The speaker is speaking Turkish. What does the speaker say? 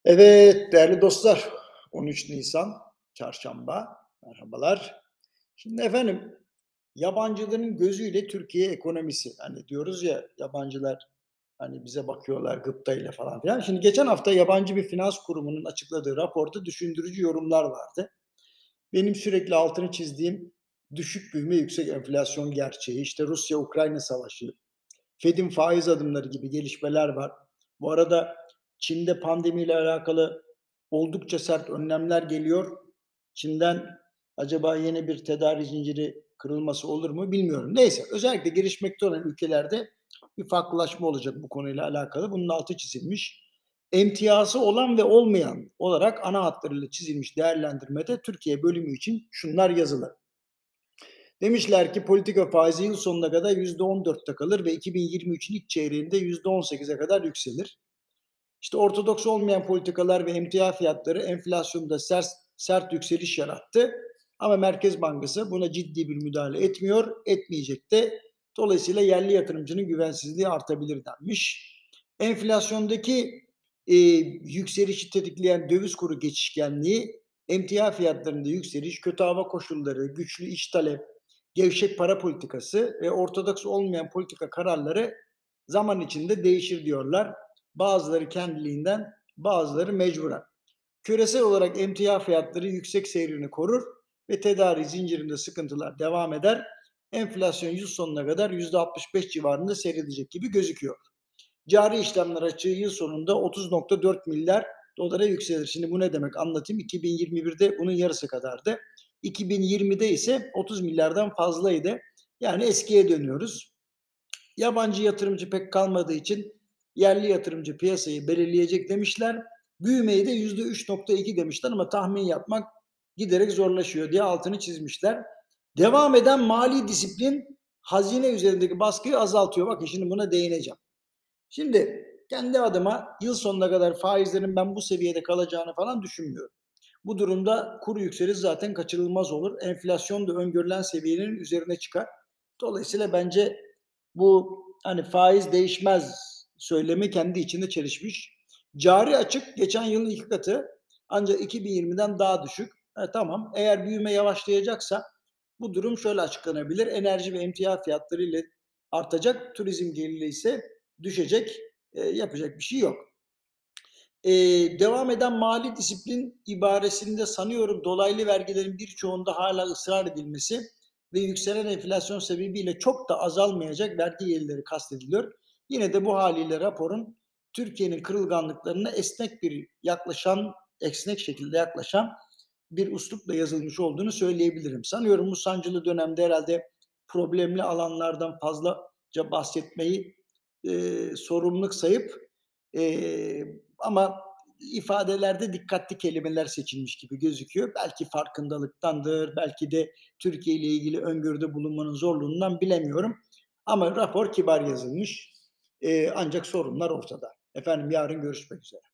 Evet, değerli dostlar, 13 Nisan Çarşamba. Merhabalar. Şimdi efendim, yabancıların gözüyle Türkiye ekonomisi. Hani diyoruz ya, yabancılar hani bize bakıyorlar gıptayla falan filan. Şimdi geçen hafta yabancı bir finans kurumunun açıkladığı raporda düşündürücü yorumlar vardı. Benim sürekli altını çizdiğim düşük büyüme, yüksek enflasyon gerçeği, işte Rusya-Ukrayna savaşı, Fed'in faiz adımları gibi gelişmeler var. Bu arada Çin'de pandemiyle alakalı oldukça sert önlemler geliyor. Çin'den acaba yeni bir tedarik zinciri kırılması olur mu bilmiyorum. Neyse, özellikle gelişmekte olan ülkelerde bir farklılaşma olacak bu konuyla alakalı. Bunun altı çizilmiş. Emtiyazı olan ve olmayan olarak ana hatlarıyla çizilmiş değerlendirmede Türkiye bölümü için şunlar yazılı. Demişler ki politika faizi yıl sonuna kadar %14'te kalır ve 2023'ün ilk çeyreğinde %18'e kadar yükselir. İşte ortodoks olmayan politikalar ve emtia fiyatları enflasyonda sert yükseliş yarattı. Ama Merkez Bankası buna ciddi bir müdahale etmiyor, etmeyecek de. Dolayısıyla yerli yatırımcının güvensizliği artabilir denmiş. Enflasyondaki yükselişi tetikleyen döviz kuru geçişkenliği, emtia fiyatlarında yükseliş, kötü hava koşulları, güçlü iç talep, gevşek para politikası ve ortodoks olmayan politika kararları zaman içinde değişir diyorlar. Bazıları kendiliğinden, bazıları mecburen. Küresel olarak emtia fiyatları yüksek seyrini korur ve tedarik zincirinde sıkıntılar devam eder. Enflasyon yıl sonuna kadar %65 civarında seyredecek gibi gözüküyor. Cari işlemler açığı yıl sonunda 30,4 milyar dolara yükselir. Şimdi bu ne demek anlatayım. 2021'de bunun yarısı kadardı. 2020'de ise 30 milyardan fazlaydı. Yani eskiye dönüyoruz. Yabancı yatırımcı pek kalmadığı için yerli yatırımcı piyasayı belirleyecek demişler. Büyümeyi de %3,2 demişler ama tahmin yapmak giderek zorlaşıyor diye altını çizmişler. Devam eden mali disiplin hazine üzerindeki baskıyı azaltıyor. Bakın şimdi buna değineceğim. Şimdi kendi adıma yıl sonuna kadar faizlerin ben bu seviyede kalacağını falan düşünmüyorum. Bu durumda kur yükselir zaten kaçınılmaz olur. Enflasyon da öngörülen seviyenin üzerine çıkar. Dolayısıyla bence bu hani faiz değişmez söylemi kendi içinde çelişmiş. Cari açık geçen yılın 2 katı ancak 2020'den daha düşük. Tamam, eğer büyüme yavaşlayacaksa bu durum şöyle açıklanabilir. Enerji ve emtia fiyatları ile artacak, turizm geliri ise düşecek. Yapacak bir şey yok. Devam eden mali disiplin ibaresinde sanıyorum dolaylı vergilerin birçoğunda hala ısrar edilmesi ve yükselen enflasyon sebebiyle çok da azalmayacak vergi gelirleri kastediliyor. Yine de bu haliyle raporun Türkiye'nin kırılganlıklarına esnek şekilde yaklaşan bir üslupla yazılmış olduğunu söyleyebilirim. Sanıyorum bu sancılı dönemde herhalde problemli alanlardan fazlaca bahsetmeyi sorumluluk sayıp ama ifadelerde dikkatli kelimeler seçilmiş gibi gözüküyor. Belki farkındalıktandır, belki de Türkiye ile ilgili öngörüde bulunmanın zorluğundan bilemiyorum. Ama rapor kibar yazılmış. Ancak sorunlar ortada. Efendim yarın görüşmek üzere.